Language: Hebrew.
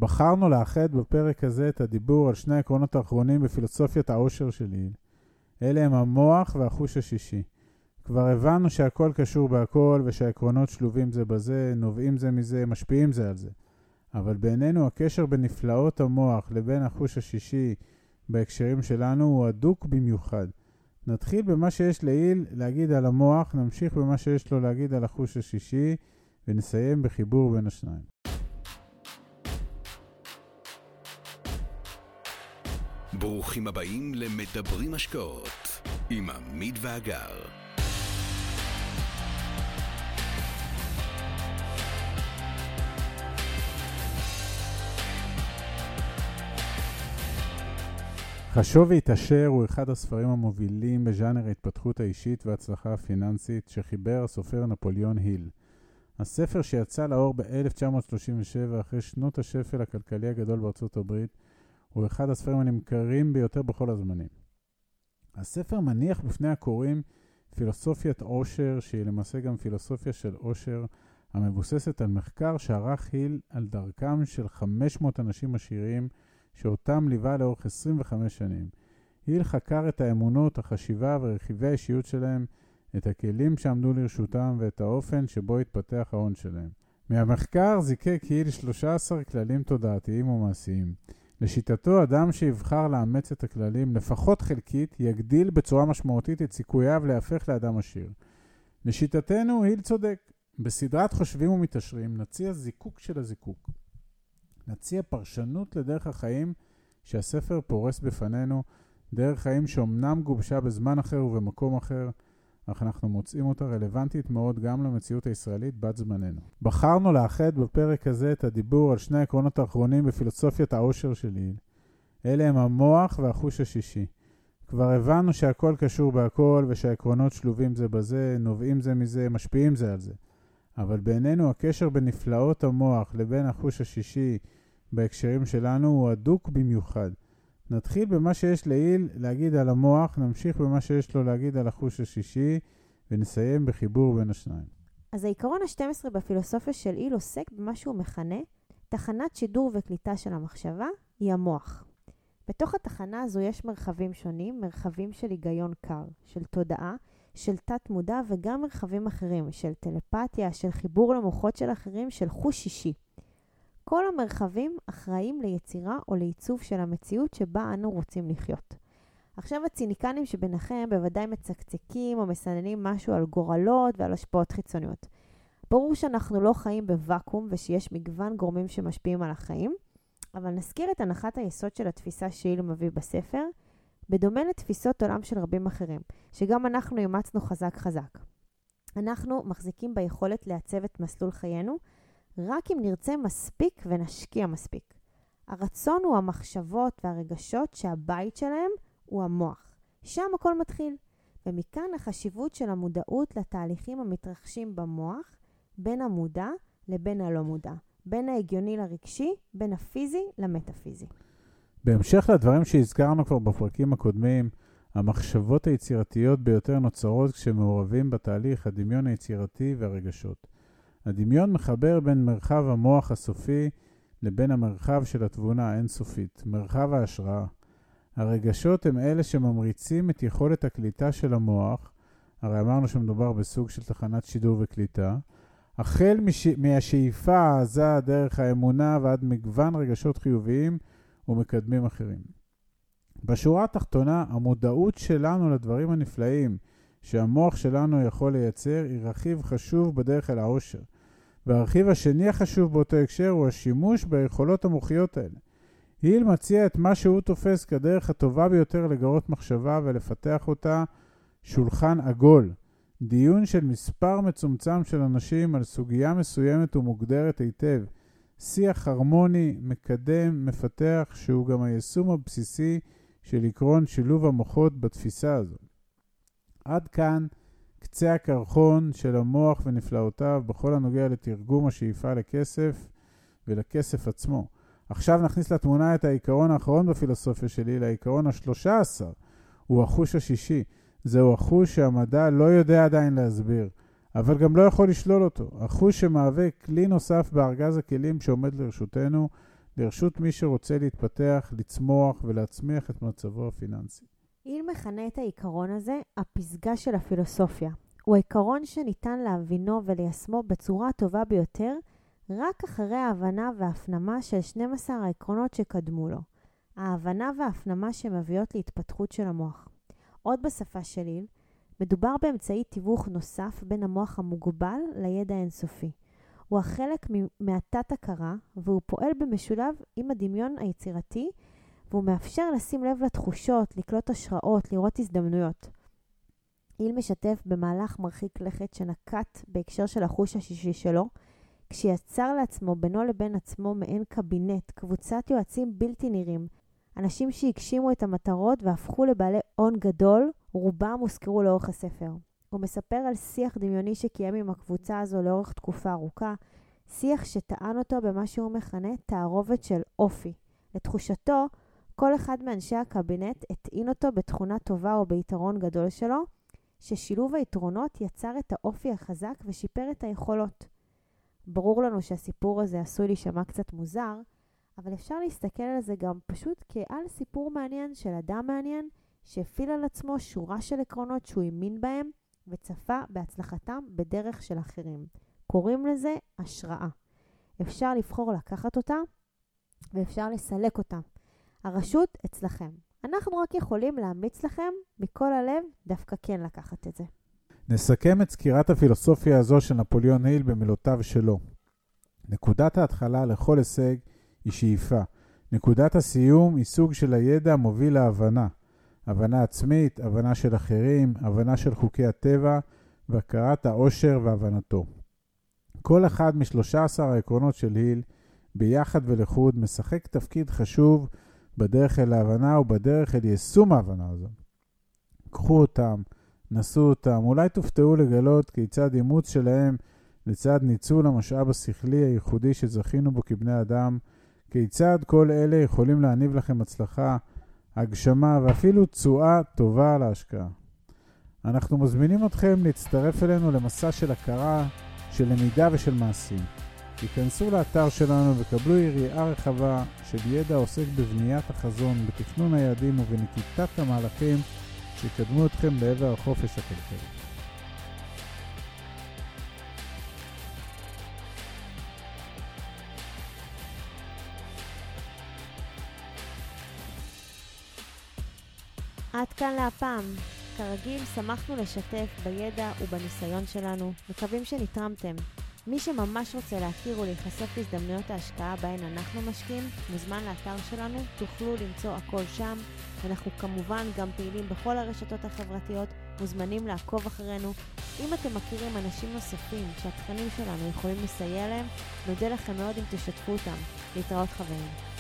בחרנו לאחד בפרק הזה את הדיבור על שני העקרונות האחרונים בפילוסופיית העושר של היל. אלה הם המוח והחוש השישי. כבר הבנו שהכל קשור בהכל ושהעקרונות שלובים זה בזה, נובעים זה מזה, משפיעים זה על זה. אבל בעינינו הקשר בין נפלאות המוח לבין החוש השישי בהקשרים שלנו הוא הדוק במיוחד. נתחיל במה שיש להיל להגיד על המוח, נמשיך במה שיש לו להגיד על החוש השישי ונסיים בחיבור בין השניים. ברוכים הבאים למדברים השקעות עם עמית ואגר. חשוב והתעשר הוא אחד הספרים המובילים בז'אנר ההתפתחות האישית וההצלחה הפיננסית שחיבר הסופר נפוליאון היל. הספר שיצא לאור ב-1937 אחרי שנות השפל הכלכלי הגדול בארצות הברית הוא אחד הספרים הנמכרים ביותר בכל הזמנים. הספר מניח בפני הקוראים פילוסופיית עושר, שהיא למעשה גם פילוסופיה של עושר, המבוססת על מחקר שערך היל על דרכם של 500 אנשים עשירים, שאותם ליווה לאורך 25 שנים. היל חקר את האמונות, החשיבה ורכיבי האישיות שלהם, את הכלים שעמדו לרשותם ואת האופן שבו התפתח ההון שלהם. מהמחקר זיקק היל 13 כללים תודעתיים ומעשיים. לשיטתו, אדם שיבחר לאמץ את הכללים, לפחות חלקית, יגדיל בצורה משמעותית את סיכוייו להפך לאדם עשיר. לשיטתנו, היל צודק. בסדרת חושבים ומתעשרים נציע זיקוק של הזיקוק. נציע פרשנות לדרך החיים שהספר פורס בפנינו, דרך חיים שאומנם גובשה בזמן אחר ובמקום אחר, אך אנחנו מוצאים אותה רלוונטית מאוד גם למציאות הישראלית בת זמננו. בחרנו לאחד בפרק הזה את הדיבור על שני העקרונות האחרונים בפילוסופיית העושר של היל. אלה הם המוח והחוש השישי. כבר הבנו שהכל קשור בהכל ושהעקרונות שלובים זה בזה, נובעים זה מזה, משפיעים זה על זה. אבל בעינינו הקשר בין נפלאות המוח לבין החוש השישי בהקשרים שלנו הוא הדוק במיוחד. נתחיל במה שיש להיל להגיד על המוח, נמשיך במה שיש לו להגיד על החוש השישי ונסיים בחיבור בין השניים. אז העיקרון ה-12 בפילוסופיה של היל עוסק במה שהוא מכנה תחנת שידור וקליטה של המחשבה, היא המוח. בתוך התחנה הזו יש מרחבים שונים, מרחבים של היגיון קר, של תודעה, של תת מודע וגם מרחבים אחרים, של טלפתיה, של חיבור למוחות של אחרים, של חוש שישי. כל המרחבים אחראים ליצירה או לעיצוב של המציאות שבה אנו רוצים לחיות. עכשיו הציניקנים שביניכם בוודאי מצקצקים או מסננים משהו על גורלות ועל השפעות חיצוניות. ברור שאנחנו לא חיים בוואקום ושיש מגוון גורמים שמשפיעים על החיים, אבל נזכיר את הנחת היסוד של התפיסה שהיל מביא בספר, בדומה לתפיסות עולם של רבים אחרים, שגם אנחנו אימצנו חזק. אנחנו מחזיקים ביכולת לעצב את מסלול חיינו, רק אם נרצה מספיק ונשקיע מספיק. הרצון הוא המחשבות והרגשות שהבית שלהם הוא המוח. שם הכל מתחיל. ומכאן החשיבות של המודעות לתהליכים המתרחשים במוח, בין המודע לבין הלא מודע, בין ההגיוני לרגשי, בין הפיזי למטאפיזי. בהמשך לדברים שהזכרנו כבר בפרקים הקודמים, המחשבות היצירתיות ביותר נוצרות כשמעורבים בתהליך הדמיון היצירתי והרגשות. הדמיון מחבר בין מרחב המוח הסופי לבין המרחב של התבונה האינסופית, מרחב ההשראה. הרגשות הם אלה שממריצים את יכולת הקליטה של המוח, הרי אמרנו שמדובר בסוג של תחנת שידור וקליטה, החל מהשאיפה העזה דרך האמונה ועד מגוון רגשות חיוביים ומקדמים אחרים. בשורה התחתונה, המודעות שלנו לדברים הנפלאים שהמוח שלנו יכול לייצר היא רכיב חשוב בדרך אל העושר. והרכיב השני החשוב באותו הקשר הוא השימוש ביכולות המוחיות האלה. היל מציע את מה שהוא תופס כדרך הטובה ביותר לגרות מחשבה ולפתח אותה, שולחן עגול. דיון של מספר מצומצם של אנשים על סוגיה מסוימת ומוגדרת היטב. שיח הרמוני, מקדם, מפתח, שהוא גם היישום הבסיסי של עקרון שילוב המוחות בתפיסה הזו. עד כאן קצה הקרחון של המוח ונפלאותיו בכל הנוגע לתרגום השאיפה לכסף ולכסף עצמו. עכשיו נכניס לתמונה את העיקרון האחרון בפילוסופיה שלי, לעיקרון ה-13, הוא החוש השישי. זהו החוש שהמדע לא יודע עדיין להסביר, אבל גם לא יכול לשלול אותו. החוש שמהווה כלי נוסף בארגז הכלים שעומד לרשותנו לרשות מי שרוצה להתפתח, לצמוח ולהצמיח את מצבו הפיננסי. היל מכנה את העיקרון הזה הפסגה של הפילוסופיה. הוא העיקרון שניתן להבינו וליישמו בצורה הטובה ביותר רק אחרי ההבנה וההפנמה של 12 העקרונות שקדמו לו. ההבנה וההפנמה שמביאות להתפתחות של המוח. עוד בשפה של היל, מדובר באמצעי תיווך נוסף בין המוח המוגבל לידע האינסופי. הוא החלק מהתת הכרה והוא פועל במשולב עם הדמיון היצירתי והוא מאפשר לשים לב לתחושות, לקלוט השראות, לראות הזדמנויות. היל משתף במהלך מרחיק לכת שנקט בהקשר של החוש השישי שלו, כשיצר לעצמו בינו לבין עצמו מעין קבינט, קבוצת יועצים בלתי נראים, אנשים שהגשימו את המטרות והפכו לבעלי הון גדול, רובם הוזכרו לאורך הספר. הוא מספר על שיח דמיוני שקיים עם הקבוצה הזו לאורך תקופה ארוכה, שיח שטען אותו במה שהוא מכנה תערובת של אופי. לתחושתו, כל אחד מאנשי הקבינט הטעין אותו בתכונה טובה או ביתרון גדול שלו, ששילוב היתרונות יצר את האופי החזק ושיפר את היכולות. ברור לנו שהסיפור הזה עשוי להישמע קצת מוזר, אבל אפשר להסתכל על זה גם פשוט כעל סיפור מעניין של אדם מעניין, שהפעיל על עצמו שורה של עקרונות שהוא האמין בהם, וצפה בהצלחתם בדרך של אחרים. קוראים לזה השראה. אפשר לבחור לקחת אותה, ואפשר לסלק אותה. הרשות אצלכם. אנחנו רק יכולים להמליץ לכם מכל הלב דווקא כן לקחת את זה. נסכם את סקירת הפילוסופיה הזו של נפוליאון היל במילותיו שלו. נקודת ההתחלה לכל הישג היא שאיפה. נקודת הסיום היא סוג של הידע המוביל להבנה. הבנה עצמית, הבנה של אחרים, הבנה של חוקי הטבע, והכרת העושר והבנתו. כל אחד מ-13 העקרונות של היל, ביחד ולחוד, משחק תפקיד חשוב בדרך אל ההבנה ובדרך אל יישום ההבנה הזו. קחו אותם, נסו אותם, אולי תופתעו לגלות כיצד אימוץ שלהם לצד ניצול המשאב השכלי הייחודי שזכינו בו כבני אדם, כיצד כל אלה יכולים להניב לכם הצלחה, הגשמה ואפילו תשואה טובה להשקעה. אנחנו מזמינים אתכם להצטרף אלינו למסע של הכרה, של למידה ושל מעשים. היכנסו לאתר שלנו וקבלו יריעה רחבה של ידע עוסק בבניית החזון, בתכנון היעדים ובנקיטת המהלכים שיקדמו אתכם לעבר החופש הכלכלי. עד כאן להפעם. כרגיל שמחנו לשתף בידע ובניסיון שלנו. מקווים שנתרמתם. מי שממש רוצה להכיר ולהיחשף להזדמנויות ההשקעה בהן אנחנו משקיעים, מוזמן לאתר שלנו, תוכלו למצוא הכל שם. אנחנו כמובן גם פעילים בכל הרשתות החברתיות, מוזמנים לעקוב אחרינו. אם אתם מכירים אנשים נוספים שהתכנים שלנו יכולים לסייע להם, נודה לכם מאוד אם תשתפו אותם. להתראות חברים.